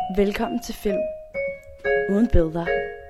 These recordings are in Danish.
Velkommen til Film Uden Billeder.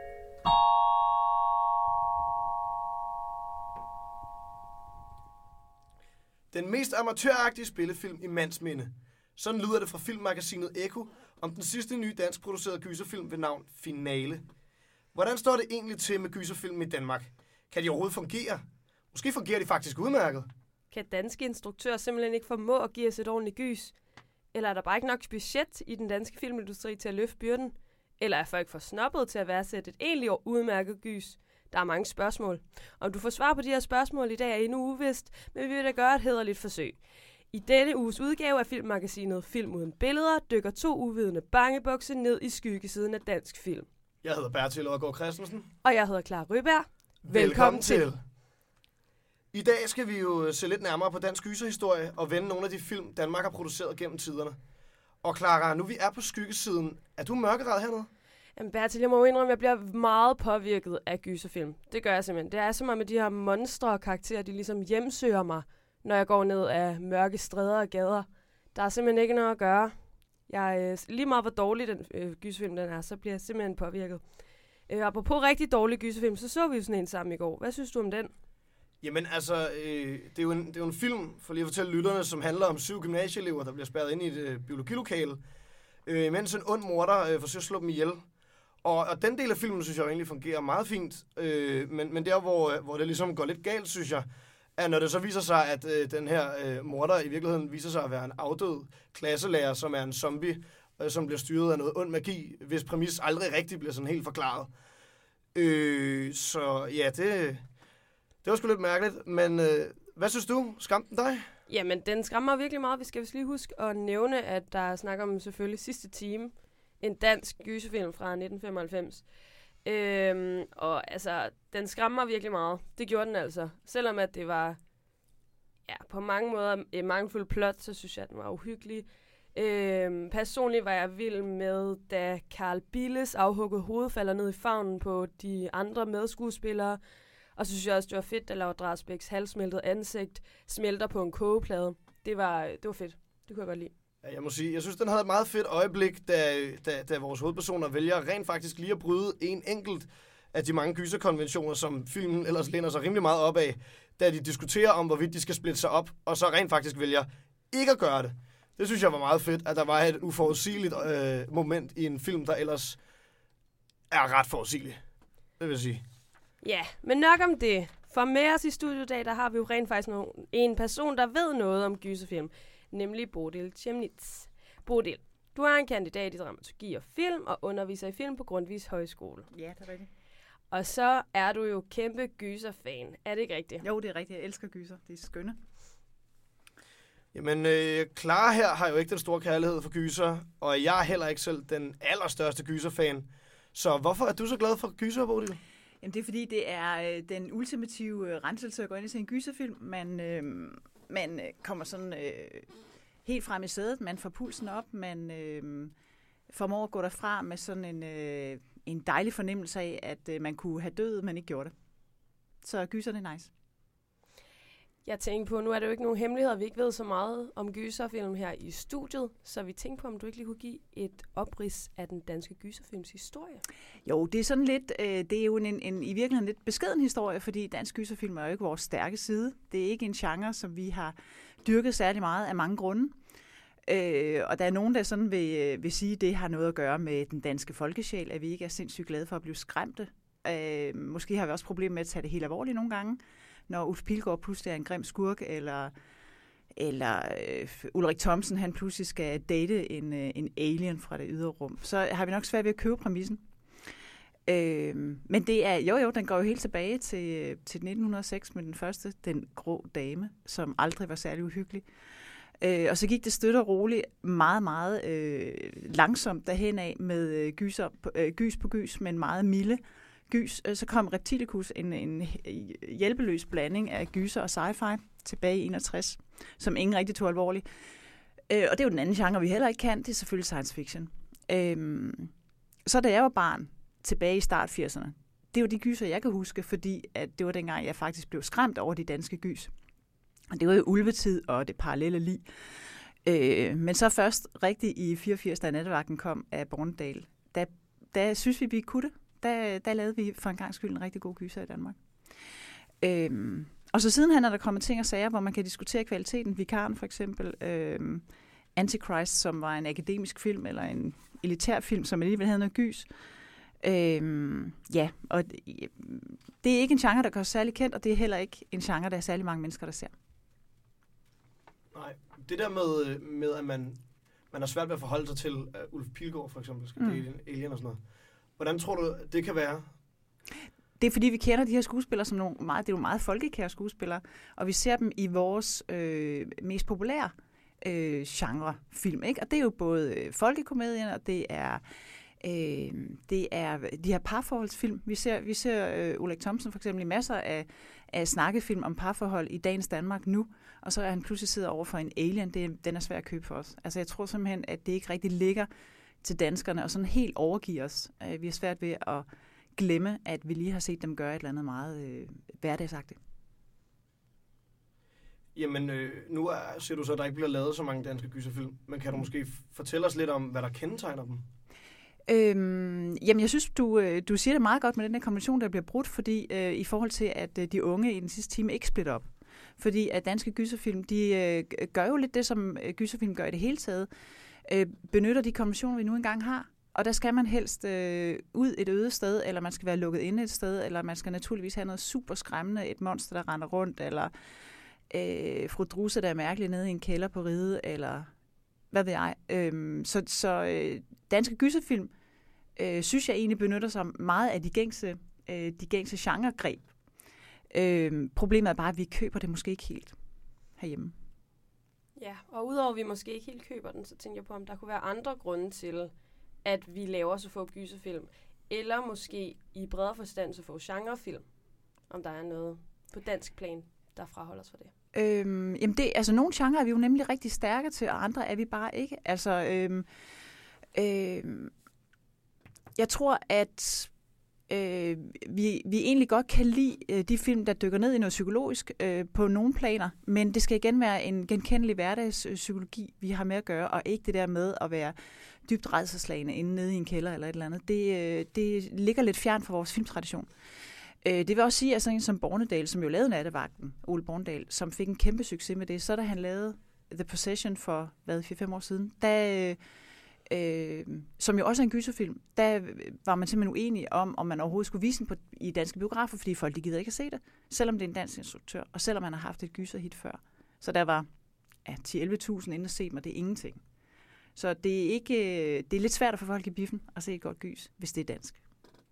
Den mest amatøragtige spillefilm i mands minde. Sådan lyder det fra filmmagasinet Ekko om den sidste nye dansk producerede gyserfilm ved navn Finale. Hvordan står det egentlig til med gyserfilm i Danmark? Kan de overhovedet fungere? Måske fungerer de faktisk udmærket. Kan danske instruktører simpelthen ikke formå at give os et ordentligt gys? Eller er der bare ikke nok budget i den danske filmindustri til at løfte byrden? Eller er folk for snobbet til at værdsætte et egentlig udmærket gys? Der er mange spørgsmål. Om du får svar på de her spørgsmål i dag er endnu uvist, men vi vil da gøre et hæderligt forsøg. I denne uges udgave af filmmagasinet Film Uden Billeder dykker to uvidende bangebukse ned i skyggesiden af dansk film. Jeg hedder Bertil Odgaard Christensen. Og jeg hedder Clara Ryberg. Velkommen til. I dag skal vi jo se lidt nærmere på dansk gyserhistorie og vende nogle af de film, Danmark har produceret gennem tiderne. Og Clara, nu vi er på skyggesiden, er du mørkeret hernede? Jamen Bertil, jeg må jo indrømme, at jeg bliver meget påvirket af gyserfilm. Det gør jeg simpelthen. Det er som om, at de her monstre og karakterer, de ligesom hjemsøger mig, når jeg går ned af mørke stræder og gader. Der er simpelthen ikke noget at gøre. Lige meget hvor dårlig den gyserfilm den er, så bliver jeg simpelthen påvirket. Apropos rigtig dårlig gyserfilm, så vi jo sådan en sammen i går. Hvad synes du om den? Jamen altså, det er jo en film, for lige at fortælle lytterne, som handler om 7 gymnasieelever, der bliver spærret ind i et biologilokale, mens en ond morder forsøger at slå dem ihjel. Og den del af filmen, synes jeg jo egentlig fungerer meget fint, men der, hvor det ligesom går lidt galt, synes jeg, er når det så viser sig, at den her morder i virkeligheden viser sig at være en afdød klasselærer, som er en zombie, som bliver styret af noget ond magi, hvis præmis aldrig rigtig bliver sådan helt forklaret. Så ja, det var sgu lidt mærkeligt, men hvad synes du? Skræmte den dig? Jamen, den skræmmer virkelig meget. Vi skal vist lige huske at nævne, at der snakker om selvfølgelig Sidste Time, en dansk gyserfilm fra 1995. Og altså, den skræmmer virkelig meget. Det gjorde den altså. Selvom at det var på mange måder et mangelfuldt plot, så synes jeg, at den var uhyggelig. Personligt var jeg vild med, da Carl Billes afhugget hoved falder ned i favnen på de andre medskuespillere. Og så synes jeg også, det var fedt, da Laura Drasbæks halvsmeltede ansigt smelter på en kogeplade. Det var fedt. Det kunne jeg godt lide. Ja, jeg må sige, jeg synes, den havde et meget fedt øjeblik, da vores hovedpersoner vælger rent faktisk lige at bryde en enkelt af de mange gyserkonventioner, som filmen ellers læner sig rimelig meget op af, da de diskuterer om, hvorvidt de skal splitte sig op, og så rent faktisk vælger ikke at gøre det. Det synes jeg var meget fedt, at der var et uforudsigeligt moment i en film, der ellers er ret forudsigelig. Det vil sige. Ja, men nok om det. For med os i studiet i dag, der har vi jo rent faktisk en person, der ved noget om gyserfilm, nemlig Bodil Chemnitz. Bodil, du er en kandidat i dramaturgi og film og underviser i film på Grundtvigs Højskole. Ja, det er rigtigt. Og så er du jo kæmpe gyserfan. Er det ikke rigtigt? Jo, det er rigtigt. Jeg elsker gyser. Det er skønne. Jamen, Clara her har jo ikke den store kærlighed for gyser, og jeg er heller ikke selv den allerstørste gyserfan. Så hvorfor er du så glad for gyser, Bodil? Jamen, det er fordi, det er den ultimative renselse at gå ind i en gyserfilm. Man kommer sådan helt frem i sædet, man får pulsen op, man formår at gå derfra med sådan en dejlig fornemmelse af, at man kunne have død, men ikke gjorde det. Så gyserne er nice. Jeg tænkte på, nu er det jo ikke nogen hemmeligheder, vi ikke ved så meget om gyserfilm her i studiet, så vi tænkte på, om du ikke lige kunne give et oprids af den danske gyserfilms historie. Jo, det er sådan lidt, det er jo en i virkeligheden lidt beskeden historie, fordi dansk gyserfilm er jo ikke vores stærke side. Det er ikke en genre, som vi har dyrket særlig meget af mange grunde. Og der er nogen, der sådan vil sige, at det har noget at gøre med den danske folkesjæl, at vi ikke er sindssygt glade for at blive skræmte. Måske har vi også problemer med at tage det helt alvorligt nogle gange, når Ulf Pilgaard pludselig er en grim skurk, eller Ulrik Thomsen, han pludselig skal date en alien fra det ydre rum. Så har vi nok svært ved at købe præmissen. Men det er, den går jo helt tilbage til 1906 med den første, Den Grå Dame, som aldrig var særlig uhyggelig. Og så gik det støt og roligt meget, meget langsomt derhen af med gys på gys, men meget milde gys. Så kom Reptilicus, en hjælpeløs blanding af gyser og sci-fi tilbage i 61, som ingen rigtig tog alvorligt. Og det er jo den anden genre, vi heller ikke kan, det er selvfølgelig science fiction. Så da jeg var barn, tilbage i start 80'erne, det var de gyser, jeg kan huske, fordi at det var dengang, jeg faktisk blev skræmt over de danske gys. Og det var jo ulvetid og det parallelle lig. Men så først rigtigt i 84, da Nattevagten kom af Bornedal, der synes vi kunne det. Der lavede vi for en gang skyld en rigtig god gyser i Danmark. Og så sidenhen er der kommet ting og sager, hvor man kan diskutere kvaliteten. Vikaren for eksempel, Antichrist, som var en akademisk film, eller en elitær film, som alligevel havde noget gys. Ja, og det er ikke en genre, der gør særlig kendt, og det er heller ikke en genre, der er særlig mange mennesker, der ser. Nej, det der med at man har svært ved at forholde sig til, at Ulf Pilgaard for eksempel skal date en alien og sådan noget. Hvordan tror du, det kan være? Det er fordi, vi kender de her skuespillere som det er jo meget folkekære skuespillere, og vi ser dem i vores mest populære genrefilm, ikke? Og det er jo både folkekomedien, og det er de her parforholdsfilm. Vi ser Ulrik Thomsen for eksempel i masser af snakkefilm om parforhold i dagens Danmark nu, og så er han pludselig sidder over for en alien. Den er svær at købe for os. Altså jeg tror simpelthen, at det ikke rigtig ligger til danskerne, og sådan helt overgiver os. Vi har svært ved at glemme, at vi lige har set dem gøre et eller andet meget hverdagsagtigt. Jamen, nu siger du så, at der ikke bliver lavet så mange danske gyserfilm, men kan du måske fortælle os lidt om, hvad der kendetegner dem? Jamen, jeg synes, du siger det meget godt med den her konvention, der bliver brudt, fordi i forhold til, at de unge i den sidste time ikke splitter op. Fordi at danske gyserfilm, de gør jo lidt det, som gyserfilm gør i det hele taget. Benytter de konventioner, vi nu engang har. Og der skal man helst ud et øde sted, eller man skal være lukket inde et sted, eller man skal naturligvis have noget super skræmmende, et monster, der render rundt, eller fru Drusse, der er mærkelig nede i en kælder på Ride, eller hvad ved jeg. Så danske gyserfilm, synes jeg egentlig benytter sig meget af de gængse genregreb. Problemet er bare, at vi køber det måske ikke helt herhjemme. Ja, og udover at vi måske ikke helt køber den, så tænker jeg på, om der kunne være andre grunde til, at vi laver så få gyserfilm, eller måske i bredere forstand så få genrefilm, om der er noget på dansk plan, der fraholder os fra det. Jamen nogle genrer er vi jo nemlig rigtig stærke til, og andre er vi bare ikke. Altså, jeg tror, at vi egentlig godt kan lide de film, der dykker ned i noget psykologisk på nogle planer, men det skal igen være en genkendelig hverdagspsykologi, vi har med at gøre, og ikke det der med at være dybt rædselsslagne inde nede i en kælder eller et eller andet. Det ligger lidt fjern fra vores filmtradition. Det vil også sige, at sådan en som Bornedal, som jo lavede Nattevagten, Ole Bornedal, som fik en kæmpe succes med det, så da han lavede The Possession for 4-5 år siden, som jo også er en gyserfilm, der var man simpelthen uenig om man overhovedet skulle vise den i danske biografer, fordi folk de gider ikke at se det, selvom det er en dansk instruktør, og selvom man har haft et gyserhit før. Så der var 10-11.000 inde at se mig, det er ingenting. Så det er lidt svært at få folk i biffen og se et godt gys, hvis det er dansk.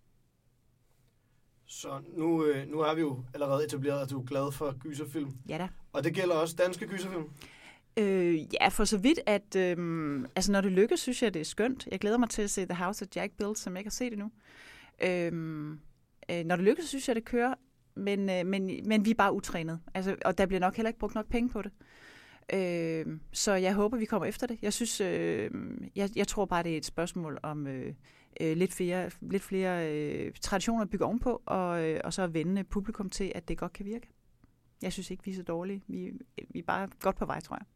Så nu har vi jo allerede etableret, at du er glad for gyserfilm. Ja da. Og det gælder også danske gyserfilm? Ja, for så vidt, at når det lykkes, synes jeg, det er skønt. Jeg glæder mig til at se The House of Jack Built, som jeg ikke har set endnu. Når det lykkes, synes jeg, det kører, men vi er bare utrænet. Altså, og der bliver nok heller ikke brugt nok penge på det. Så jeg håber, vi kommer efter det. Jeg synes, jeg tror bare, det er et spørgsmål om lidt flere traditioner at bygge ovenpå, og så at vende publikum til, at det godt kan virke. Jeg synes ikke, vi er så dårlige. Vi er bare godt på vej, tror jeg.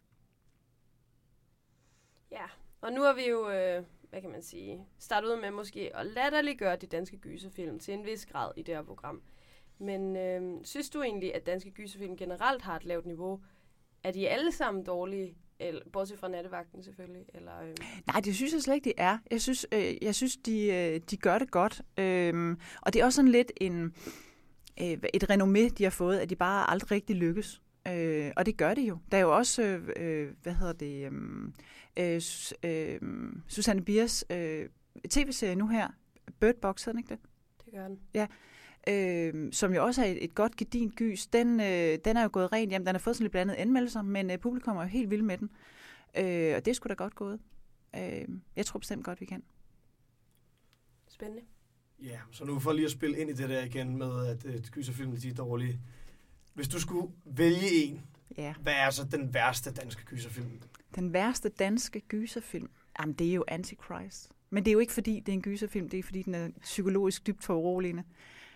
Ja, og nu har vi jo, hvad kan man sige, startet ud med måske at latterliggøre de danske gyserfilm til en vis grad i det her program. Men synes du egentlig, at danske gyserfilm generelt har et lavt niveau? Er de alle sammen dårlige? Eller, bortset fra Nattevagten selvfølgelig? Eller, Nej, det synes jeg slet ikke, de er. Jeg synes de gør det godt. Og det er også sådan lidt et renommé, de har fået, at de bare aldrig rigtig lykkes. Og det gør det jo. Der er jo også, Susanne Biers tv-serie nu her, Bird Box, hedder den ikke det? Det gør den. Ja. Som jo også er et godt gedint gys. Den er jo gået rent hjem. Den har fået sådan lidt blandet anmeldelser, men publikum er jo helt vild med den. Og det er sgu da godt gået. Jeg tror bestemt godt, vi kan. Spændende. Ja, så nu for lige at spille ind i det der igen med, at gyserfilmene de er dårlige. Hvis du skulle vælge en, hvad er så den værste danske gyserfilm? Den værste danske gyserfilm? Jamen, det er jo Antichrist. Men det er jo ikke, fordi det er en gyserfilm, det er, fordi den er psykologisk dybt foruroligende.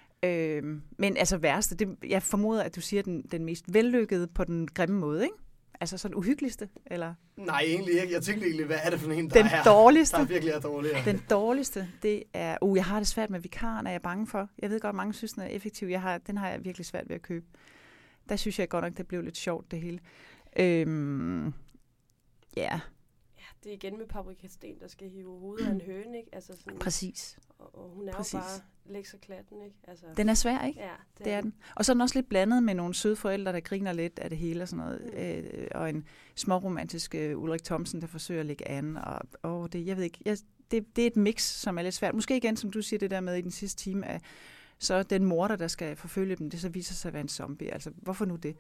Men altså værste, jeg formoder, at du siger den mest vellykkede på den grimme måde, ikke? Altså sådan uhyggeligste, eller? Nej, egentlig ikke. Jeg tænkte egentlig, hvad er det for en, Den dårligste. Der virkelig er dårligere. Den dårligste, det er... jeg har det svært med vikaren, er jeg bange for. Jeg ved godt, mange synes, den er effektiv. Den har jeg virkelig svært ved at købe. Der synes jeg godt nok, det blev lidt sjovt, det hele. Ja, det er igen med Paprika Steen, der skal hive hovedet af en høne, ikke? Altså sådan, præcis. Og hun er jo bare lekserklatten, ikke? Altså, den er svær, ikke? Ja, det er den. Og så er den også lidt blandet med nogle søde forældre, der griner lidt af det hele og sådan noget. Og en småromantisk Ulrik Thomsen, der forsøger at lægge an. Og jeg ved ikke, det er et mix, som er lidt svært. Måske igen, som du siger det der med i den sidste time, at så den morder, der skal forfølge dem, det så viser sig at være en zombie. Altså, hvorfor nu det?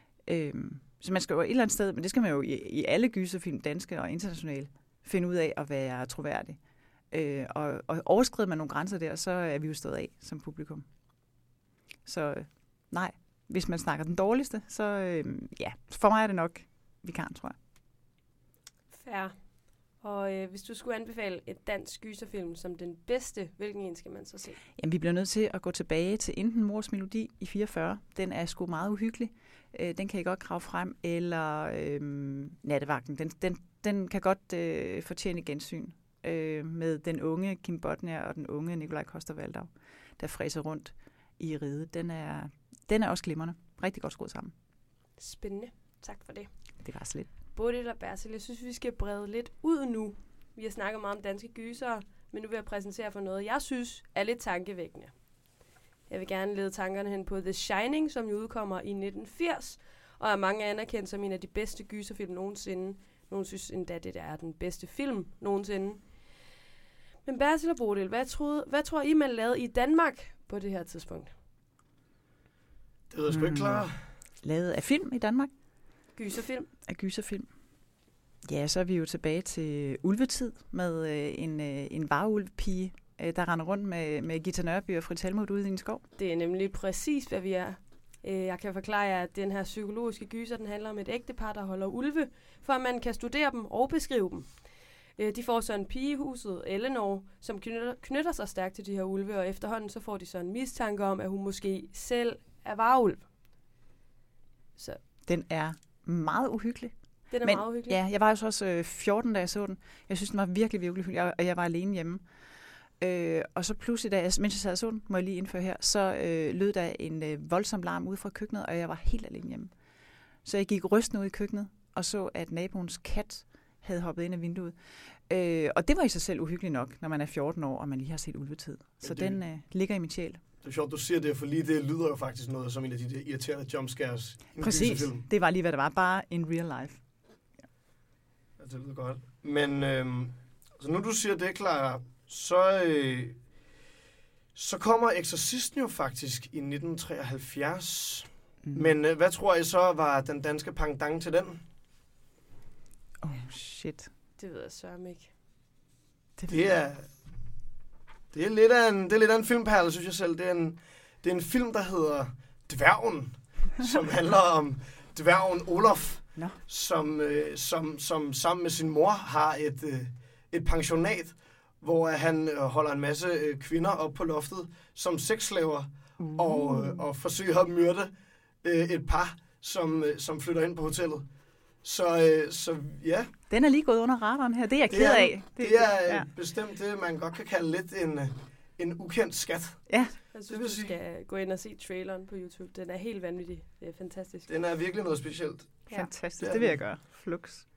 Så man skal jo et eller andet sted, men det skal man jo i alle gyserfilm, danske og internationale, finde ud af at være troværdig. Og overskrider man nogle grænser der, så er vi jo stået af som publikum. Så nej, hvis man snakker den dårligste, så for mig er det nok vikaren, tror jeg. Fair. Og hvis du skulle anbefale et dansk gyserfilm som den bedste, hvilken en skal man så se? Jamen, vi bliver nødt til at gå tilbage til enten Mors Melodi i 44. Den er sgu meget uhyggelig. Den kan I godt grave frem. Eller Nattevagten. Den kan godt fortjene gensyn. Med den unge Kim Bodnia og den unge Nikolaj Coster-Waldau, der fræser rundt i riget. Den er også glimrende. Rigtig godt skruet sammen. Spændende. Tak for det. Det var så lidt. Bodil og Bertil, jeg synes, vi skal brede lidt ud nu. Vi har snakket meget om danske gyser, men nu vil jeg præsentere for noget, jeg synes er lidt tankevækkende. Jeg vil gerne lede tankerne hen på The Shining, som jo udkommer i 1980, og er mange anerkendt som en af de bedste gyserfilm nogensinde. Nogle synes endda, det er den bedste film nogensinde. Men Bertil og Bodil, hvad tror I, man lavede i Danmark på det her tidspunkt? Det ved jeg sgu ikke klar. Lavet af film i Danmark? Gyserfilm. Af gyserfilm. Ja, så er vi jo tilbage til ulvetid med en varulvpige, der render rundt med Gita Nørby og Fritz Helmuth ude i en skov. Det er nemlig præcis, hvad vi er. Jeg kan forklare jer, at den her psykologiske gyser, den handler om et ægtepar, der holder ulve, for at man kan studere dem og beskrive dem. De får så en pige i huset, Eleanor, som knytter sig stærkt til de her ulve, og efterhånden så får de så en mistanke om, at hun måske selv er varulv. Så. Den er meget uhyggelig. Meget uhyggelig. Ja, jeg var jo så også 14, da jeg så den. Jeg synes, den var virkelig, virkelig uhyggelig, og jeg var alene hjemme. Og så pludselig, mens jeg sad og så den, må jeg lige indføre her, så lød der en voldsom larm ude fra køkkenet, og jeg var helt alene hjemme. Så jeg gik rystende ud i køkkenet, og så, at naboens kat havde hoppet ind af vinduet. Og det var i sig selv uhyggeligt nok, når man er 14 år, og man lige har set ulvetid. Så den ligger i min sjæl. Det er sjovt, du siger det, for lige det lyder jo faktisk noget som en af de irriterende jumpscares. Præcis, det var lige, hvad det var. Bare in real life. Ja, det lyder godt. Men så nu du siger det, Clara, så kommer Exorcisten jo faktisk i 1973. Men hvad tror I så var den danske pendant til den? Shit. Det ved jeg sørme ikke. Det er lidt af en filmperle, synes jeg selv. Det er en film, der hedder Dværgen, som handler om dværgen Olaf, som sammen med sin mor har et pensionat, hvor han holder en masse kvinder op på loftet som sexslaver og forsøger at myrde et par, som flytter ind på hotellet. Så ja. Den er lige gået under radaren her. Det er jeg ked af. Det er bestemt det, man godt kan kalde lidt en ukendt skat. Ja. Jeg synes, du skal gå ind og se traileren på YouTube. Den er helt vanvittig. Det er fantastisk. Den er virkelig noget specielt. Ja. Fantastisk. Det vil jeg gøre. Flux.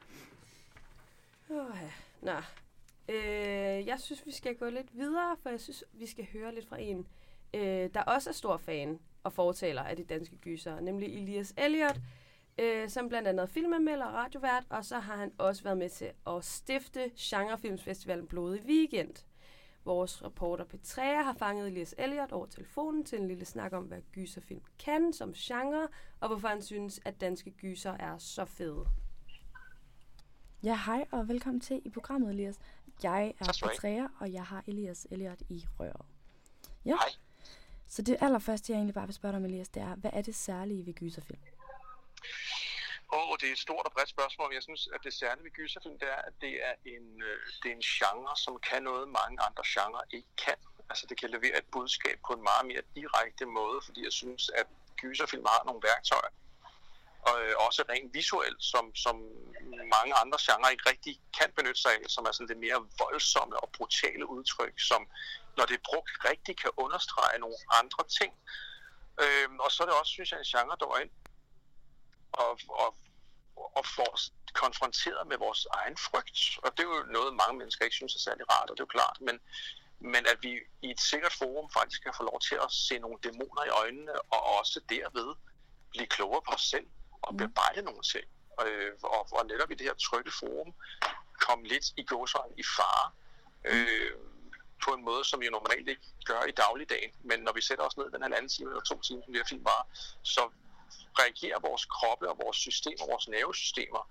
Jeg synes, vi skal gå lidt videre, for jeg synes, vi skal høre lidt fra en, der også er stor fan og fortaler af de danske gyser, nemlig Elias Elliot, som blandt andet filmanmelder og radiovært, og så har han også været med til at stifte genrefilmsfestivalen Blodig Weekend. Vores reporter Petrea har fanget Elias Elliot over telefonen til en lille snak om, hvad gyserfilm kan som genre, og hvorfor han synes, at danske gyser er så fede. Ja, hej og velkommen til i programmet, Elias. Jeg er Petrea, og jeg har Elias Elliot i røret. Ja. Hej. Så det allerførste, jeg egentlig bare vil spørge dig om, Elias, det er, hvad er det særlige ved gyserfilm? Det er et stort og bredt spørgsmål. Jeg synes, at det særlige ved gyserfilm, det er, at det er en genre, som kan noget, mange andre genrer ikke kan. Altså, det kan levere et budskab på en meget mere direkte måde, fordi jeg synes, at gyserfilm har nogle værktøjer, og også rent visuelt, som mange andre genrer ikke rigtig kan benytte sig af, som er sådan det mere voldsomme og brutale udtryk, som når det er brugt rigtigt, kan understrege nogle andre ting. Og så er det også, synes jeg, en genre, der var ind og får os konfronteret med vores egen frygt. Og det er jo noget, mange mennesker ikke synes er særlig rart, og det er jo klart, men at vi i et sikkert forum faktisk kan få lov til at se nogle dæmoner i øjnene, og også derved blive klogere på os selv og bearbejde nogle ting. Og netop i det her trygge forum komme lidt i gåseøjne i fare på en måde, som vi normalt ikke gør i dagligdagen. Men når vi sætter os ned den halvanden time eller 2 timer, som det her film var, så reagerer vores kroppe og vores systemer, vores nervesystemer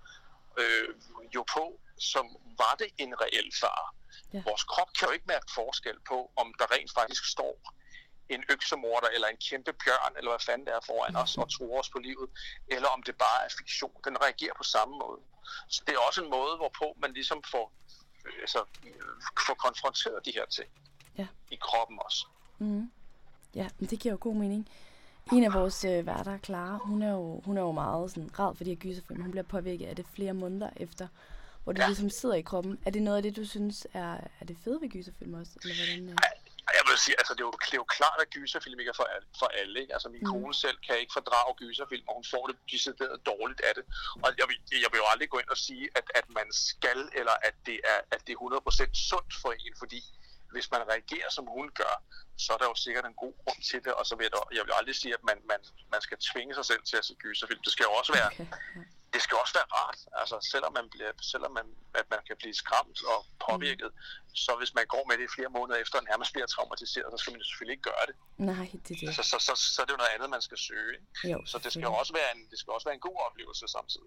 jo på, som var det en reel fare. Ja. Vores krop kan jo ikke mærke forskel på, om der rent faktisk står en øksemorder eller en kæmpe bjørn, eller hvad fanden det er foran os og truer os på livet, eller om det bare er fiktion. Den reagerer på samme måde. Så det er også en måde, hvorpå man ligesom får konfronteret de her ting i kroppen også. Mm. Ja, men det giver jo god mening. En af vores værter, Clara, hun er jo meget sådan ræd for de her gyserfilm. Hun bliver påvirket af det flere måneder efter, hvor det ligesom sidder i kroppen. Er det noget af det, du synes er det fede ved gyserfilm også? Eller hvordan? Jeg vil sige, altså det er jo klart, at gyserfilm ikke er for alle. Ikke? Altså min kone selv kan ikke fordrage gyserfilm, og hun får det decideret dårligt af det. Og jeg vil jo aldrig gå ind og sige, at man skal, eller at det er 100% sundt for en, fordi hvis man reagerer, som hun gør, så er der jo sikkert en god grund til det, og så jeg vil aldrig sige, at man skal tvinge sig selv til at se gyserfilm. Det skal jo også være, det skal også være rart. Altså selvom man kan blive skræmt og påvirket, så hvis man går med det i flere måneder efter og nærmest bliver traumatiseret, så skal man selvfølgelig ikke gøre det. Nej, det er det. Så er det jo noget andet, man skal søge. Jo, så det skal jo også være en god oplevelse samtidig.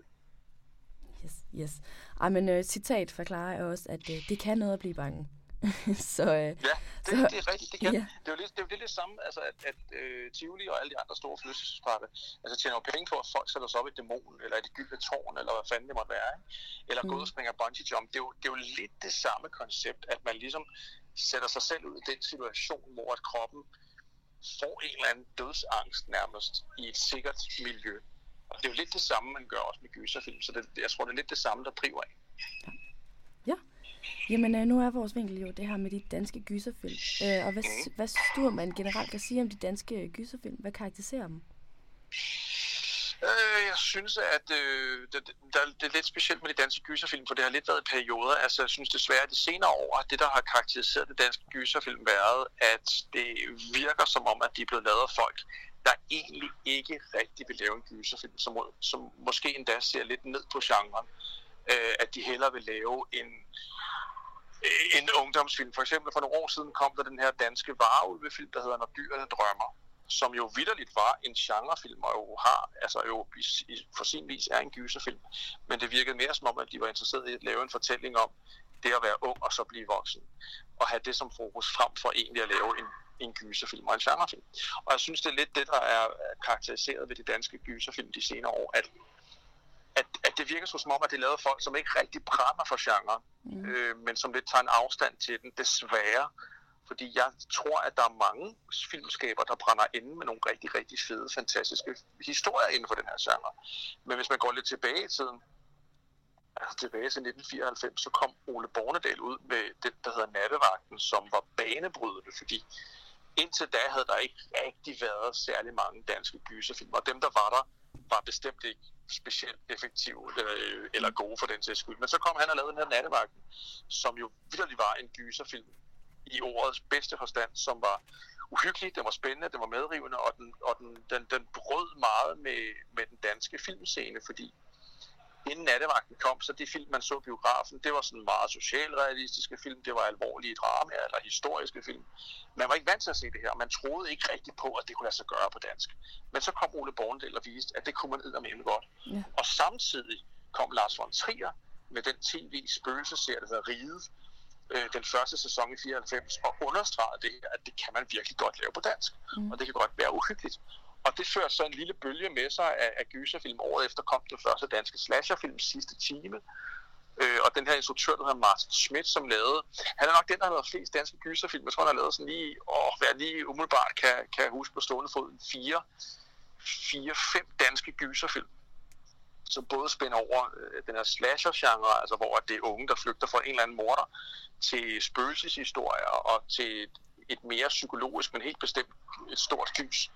Yes. Ej, men citat fra Clara er også, at det kan noget at blive bange. Det er rigtigt. Det kan. Ja. Det er jo lidt det samme, altså at Tivoli og alle de andre store flyttelsesparker tjener jo penge på, at folk sætter sig op i dæmonen, eller i det gyldne tårn, eller hvad fanden det måtte være, ikke? Eller gå ud og springer bungee jump. Det er jo lidt det samme koncept, at man ligesom sætter sig selv ud i den situation, hvor at kroppen får en eller anden dødsangst nærmest i et sikkert miljø. Og det er jo lidt det samme, man gør også med gyserfilm, så jeg tror, det er lidt det samme, der driver af. Ja. Jamen, nu er vores vinkel jo det her med de danske gyserfilm. Og hvad synes du, man generelt kan sige om de danske gyserfilm? Hvad karakteriserer dem? Jeg synes, at det er lidt specielt med de danske gyserfilm, for det har lidt været i perioder. Altså, jeg synes desværre, at de senere år, det der har karakteriseret det danske gyserfilm, været, at det virker som om, at de er blevet lavet af folk, der egentlig ikke rigtig vil lave en gyserfilm, som måske endda ser lidt ned på genren. At de hellere vil lave en ungdomsfilm. For eksempel for nogle år siden kom der den her danske varulvefilm, der hedder Når dyrene drømmer, som jo vitterligt var en genrefilm, og jo for sin vis er en gyserfilm. Men det virkede mere som om, at de var interesserede i at lave en fortælling om det at være ung og så blive voksen. Og have det som fokus frem for egentlig at lave en gyserfilm og en genrefilm. Og jeg synes, det er lidt det, der er karakteriseret ved de danske gyserfilm de senere år, at det virker som om, at det er lavet folk, som ikke rigtig brænder for genre, men som lidt tager en afstand til den, desværre. Fordi jeg tror, at der er mange filmskaber, der brænder inde med nogle rigtig, rigtig fede, fantastiske historier inden for den her genre. Men hvis man går lidt tilbage i tiden, altså tilbage til 1994, så kom Ole Bornedal ud med det, der hedder Nattevagten, som var banebrydende, fordi indtil da havde der ikke rigtig været særlig mange danske gyserfilm, og dem, der var bestemt ikke specielt effektive eller gode for den til skyld. Men så kom han og lavede den her Nattevagten, som jo vitterligt var en gyserfilm i ordets bedste forstand, som var uhyggelig, den var spændende, den var medrivende, og den brød meget med den danske filmscene, fordi inden Nattevagten kom, så de film, man så biografen, det var sådan meget socialrealistiske film, det var alvorlige dramaer eller historiske film. Man var ikke vant til at se det her, man troede ikke rigtigt på, at det kunne lade sig gøre på dansk. Men så kom Ole Bornedal og viste, at det kunne man eddermame godt. Ja. Og samtidig kom Lars von Trier med den tv-spøgelseserie, der hedder Riget, den første sæson i 94, og understregede det her, at det kan man virkelig godt lave på dansk. Og det kan godt være uhyggeligt. Og det førte så en lille bølge med sig af gyserfilm. Året efter kom den første danske slasherfilm, Sidste Time. Og den her instruktør, der hedder Martin Schmidt, som lavede... Han er nok den, der har lavet flest danske gyserfilm. Jeg tror, han har lavet sådan lige umiddelbart kan huske på stående fod 4-5 danske gyserfilm. som både spænder over den her slasher-genre, altså hvor det er unge, der flygter fra en eller anden morder, til spøgelseshistorier og til et mere psykologisk, men helt bestemt et stort gys.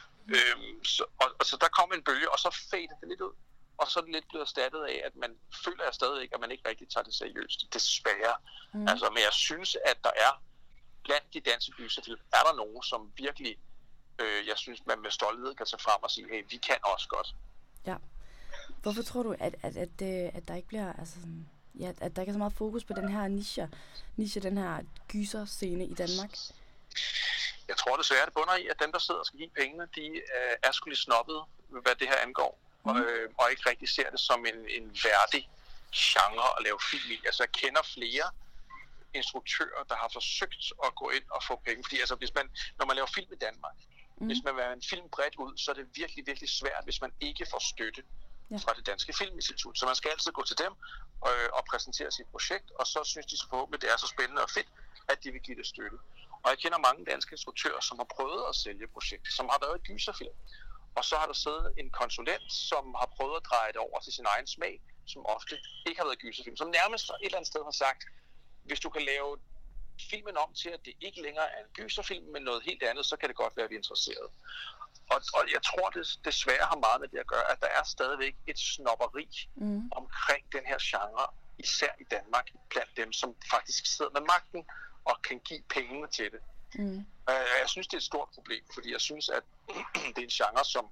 Så der kom en bølge, og så fadede det lidt ud. Og så er det lidt blevet erstattet af, at man føler stadigvæk, at man ikke rigtig tager det seriøst. Desværre. Altså, men jeg synes, at der er blandt de danske gyserfilm, er der nogen, som virkelig, jeg synes, man med stolthed kan tage frem og sige, hey, vi kan også godt. Ja. Hvorfor tror du, at der ikke bliver, altså sådan, at der ikke er så meget fokus på den her niche, den her gyserscene i Danmark? Jeg tror desværre, det bunder i, at dem, der sidder og skal give pengene, de er sgu lidt snobbede, hvad det her angår. Og ikke rigtig ser det som en værdig genre at lave film i. Altså, jeg kender flere instruktører, der har forsøgt at gå ind og få penge. Fordi altså, når man laver film i Danmark, hvis man vil have en film bredt ud, så er det virkelig, virkelig svært, hvis man ikke får støtte fra det Danske Filminstitut. Så man skal altid gå til dem og præsentere sit projekt, og så synes de så forhåbentlig, det er så spændende og fedt, at de vil give det støtte. Og jeg kender mange danske instruktører, som har prøvet at sælge projekter, som har været et gyserfilm. Og så har der siddet en konsulent, som har prøvet at dreje det over til sin egen smag, som ofte ikke har været gyserfilm. Som nærmest et eller andet sted har sagt, hvis du kan lave filmen om til, at det ikke længere er en gyserfilm, men noget helt andet, så kan det godt være, at vi er interesseret. Og jeg tror, det desværre har meget med det at gøre, at der er stadigvæk et snobberi omkring den her genre, især i Danmark, blandt dem, som faktisk sidder med magten og kan give pengene til det. Jeg synes, det er et stort problem, fordi jeg synes, at det er en genre, som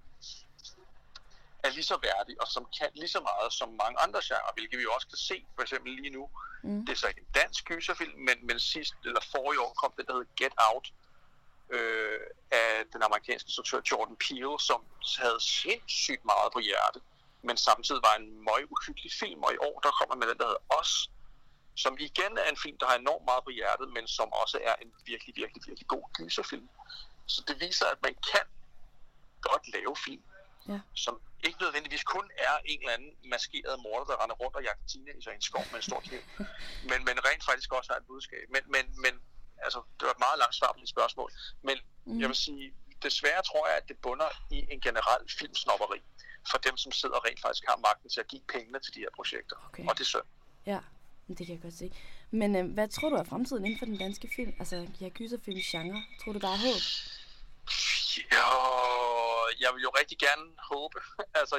er lige så værdig, og som kan lige så meget som mange andre genrer, hvilket vi også kan se, for eksempel lige nu. Det er så ikke en dansk gyserfilm, men forrige år kom det, der hedder Get Out, af den amerikanske instruktør Jordan Peele, som havde sindssygt meget på hjerte, men samtidig var en meget uhyggelig film, og i år der kommer med den, der hedder Os, som igen er en film, der har enormt meget på hjertet, men som også er en virkelig, virkelig, virkelig god gyserfilm. Så det viser, at man kan godt lave film, som ikke nødvendigvis kun er en eller anden maskeret morder, der render rundt og jagter teenager i en skov med en stor kniv, men rent faktisk også har et budskab. Men altså, det var et meget langt svar på dit spørgsmål. Men jeg vil sige, desværre tror jeg, at det bunder i en generel filmsnobberi for dem, som sidder rent faktisk har magten til at give pengene til de her projekter. Okay. Og det er synd. Ja, det kan jeg godt se. Men hvad tror du er fremtiden inden for den danske film? Altså, de her gyserfilmsgenre. Tror du, der er håb? Jeg vil jo rigtig gerne håbe. Altså,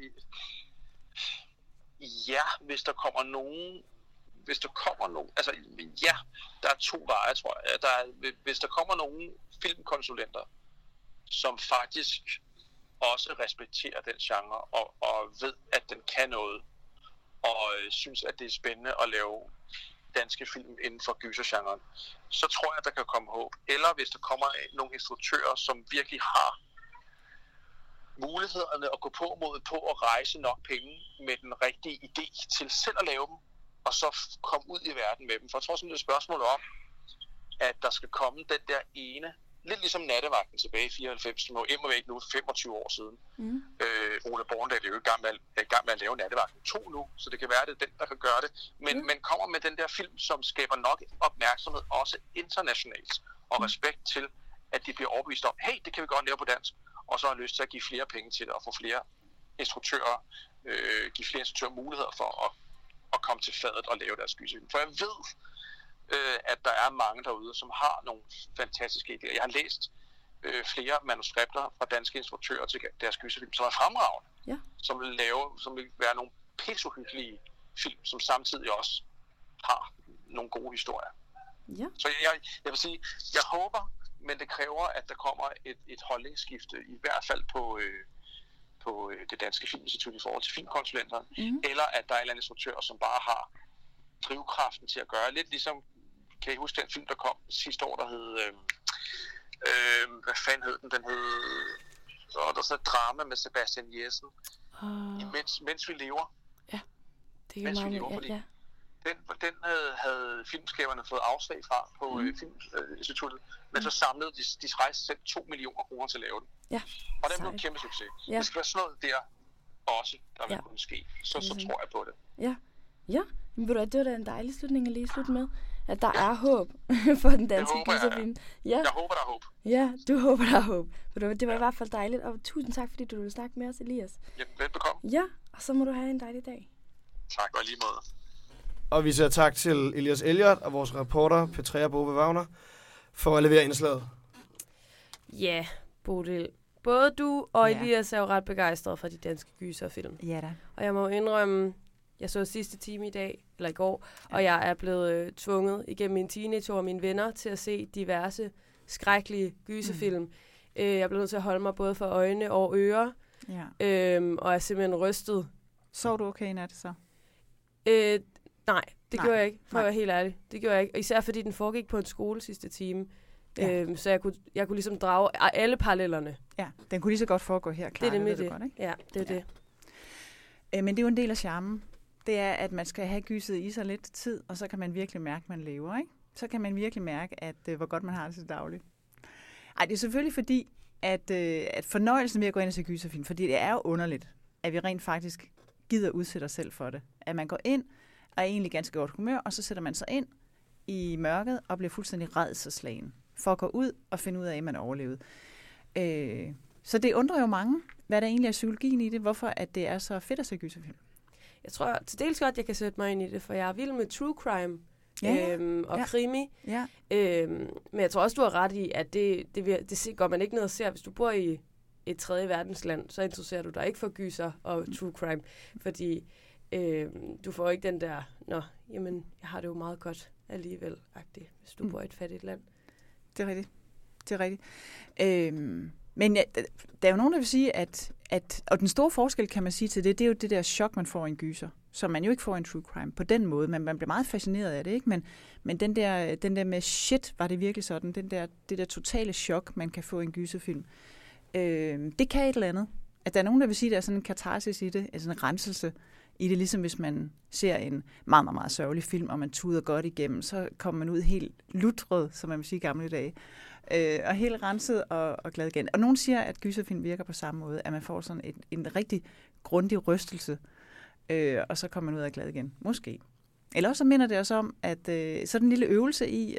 hvis der kommer nogen... Altså, ja, der er to veje, tror jeg. Hvis der kommer nogle filmkonsulenter, som faktisk også respekterer den genre, og ved, at den kan noget, og synes, at det er spændende at lave danske film inden for gysergenren, så tror jeg, at der kan komme håb. Eller hvis der kommer nogle instruktører, som virkelig har mulighederne at gå på at rejse nok penge med den rigtige idé til selv at lave dem, og så komme ud i verden med dem. For jeg tror sådan, det er et spørgsmål om, at der skal komme den der ene, lidt ligesom Nattevagten tilbage i 94, som jo immer væk nu 25 år siden. Ole Borndal er jo i gang med at lave Nattevagten 2 nu, så det kan være, det er den, der kan gøre det. Men kommer med den der film, som skaber nok opmærksomhed, også internationalt, og respekt til, at de bliver overbevist om, hey, det kan vi godt lave på dansk, og så har lyst til at give flere penge til det, og få flere instruktører, give flere instruktører muligheder for at komme til fadet og lave deres gyserfilm. For jeg ved, at der er mange derude, som har nogle fantastiske idéer. Jeg har læst flere manuskripter fra danske instruktører til deres gyserfilm, som er fremragende, som vil være nogle pissehyggelige film, som samtidig også har nogle gode historier. Ja. Så jeg vil sige, jeg håber, men det kræver, at der kommer et holdningsskifte, i hvert fald på det Danske Filminstitut i forhold til filmkonsulenter, eller at der er en eller anden instruktør, som bare har drivkraften til at gøre. Lidt ligesom, kan I huske den film, der kom sidste år, der hed, hvad fanden hed den? Den hed, der er sådan et drama med Sebastian Jessen, mens vi lever. Ja, det er jo meget, ja. Den havde filmskaberne fået afslag fra på Filminstituttet, men så samlede de rejste selv 2 millioner kroner til at lave den. Ja, og den blev en kæmpe succes. Ja. Det skal være sådan noget der også, der vil kunne ske. Så tror jeg på det. Ja. Men ved du, det var da en dejlig slutning at lige slutte med. at der er håb for den danske gyserfilm. Ja. Jeg håber, der er håb. Ja, du håber, der er håb. Det var i hvert fald dejligt, og tusind tak, fordi du ville snakke med os, Elias. Jamen, velbekomme. Ja, og så må du have en dejlig dag. Tak, og lige måde. Og vi siger tak til Elias Elliot og vores reporter Petrea Bove Wagner for at levere indslaget. Ja, Bodil. Både du og Elias er jo ret begejstrede for de danske gyserfilm. Ja da. Og jeg må indrømme, jeg så sidste time i går, og jeg er blevet tvunget igennem min teenageår og mine venner til at se diverse skrækkelige gyserfilm. Jeg blev nødt til at holde mig både for øjne og ører, og er simpelthen rystet. Så du okay i nat så? Nej, det gjorde jeg ikke, for at være helt ærlig. Det gjorde jeg ikke, og især fordi den foregik på en skole sidste time. Ja. Så jeg kunne ligesom drage alle parallellerne. Ja, den kunne lige så godt foregå her, klar. Det er det. Godt, ikke? Ja, det er det. Men det er jo en del af charmen. Det er, at man skal have gyset i sig lidt tid, og så kan man virkelig mærke, at man lever, ikke? Så kan man virkelig mærke, at hvor godt man har det til dagligt. Ej, det er selvfølgelig fordi, at fornøjelsen ved at gå ind og se gyserfilm, fordi det er jo underligt, at vi rent faktisk gider udsætte os selv for det. At man går ind og er egentlig ganske godt humør, og så sætter man sig ind i mørket og bliver fuldstændig rædselsslagen for at gå ud og finde ud af, at man overlevede. Så det undrer jo mange, hvad der egentlig er psykologien i det, hvorfor at det er så fedt at se gyserfilm. Jeg tror til dels godt, jeg kan sætte mig ind i det, for jeg er vild med true crime og krimi. Ja. Men jeg tror også, du har ret i, at det går man ikke ned og ser. Hvis du bor i et tredje verdensland, så interesserer du dig ikke for gyser og true crime, fordi du får ikke den der, jeg har det jo meget godt alligevel-agtigt, hvis du bor i et fattigt land. Det er rigtigt. Men der er jo nogen, der vil sige, at og den store forskel, kan man sige til det er jo det der chok, man får i en gyser, som man jo ikke får i en true crime på den måde, men man bliver meget fascineret af det, ikke? Men den der med shit, var det virkelig sådan, det der totale chok, man kan få i en gyserfilm, det kan et eller andet. At der er nogen, der vil sige, at der er sådan en katarsis i det, altså en renselse i det, ligesom hvis man ser en meget, meget, meget sørgelig film, og man tuder godt igennem, så kommer man ud helt lutret, som man vil sige i gamle dage, og helt renset og glad igen. Og nogen siger, at gyserfilm virker på samme måde, at man får sådan en rigtig grundig rystelse, og så kommer man ud og glad igen. Måske. Eller også så minder det os om, at sådan en lille øvelse i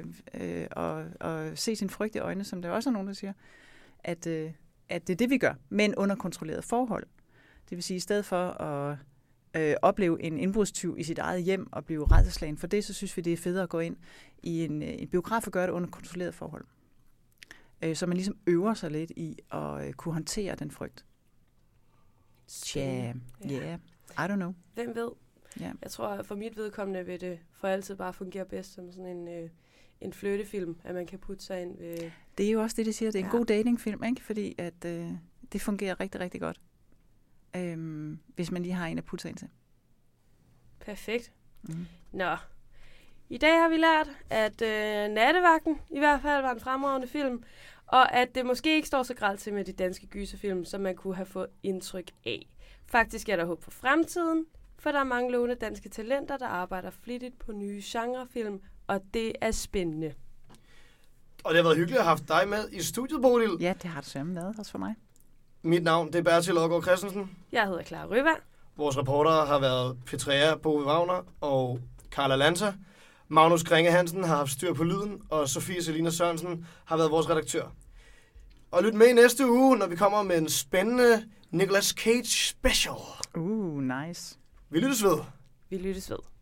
at se sin frygt i øjnene, som der også er nogen, der siger, at det er det, vi gør, men under kontrolleret forhold. Det vil sige, i stedet for at opleve en indbrudstyv i sit eget hjem og blive rædselsslagen for det, så synes vi, det er federe at gå ind i en biograf og gøre det under kontrolleret forhold. Så man ligesom øver sig lidt i at kunne håndtere den frygt. Tja, I don't know. Hvem ved? Ja. Jeg tror, for mit vedkommende vil det for altid bare fungere bedst som sådan en flyttefilm, at man kan putte sig ind ved... Det er jo også det, de siger. Det er en god datingfilm, ikke? Fordi at, det fungerer rigtig, rigtig godt. Hvis man lige har en at putte sig ind til. Perfekt. Nå. I dag har vi lært, at Nattevagten i hvert fald var en fremragende film, og at det måske ikke står så grelt til med de danske gyserfilm, som man kunne have fået indtryk af. Faktisk er der håb for fremtiden, for der er mange lovende danske talenter, der arbejder flittigt på nye genrefilm, og det er spændende. Og det har været hyggeligt at have dig med i studiet, Bodil. Ja, det har det samme været også for mig. Mit navn, det er Bertil Aagaard Christensen. Jeg hedder Clara Røberg. Vores reportere har været Petrea Bove Wagner og Carla Lanza. Magnus Gringe Hansen har haft styr på lyden, og Sofie Selina Sørensen har været vores redaktør. Og lyt med i næste uge, når vi kommer med en spændende Nicolas Cage special. Nice. Vi lyttes ved. Vi lyttes ved.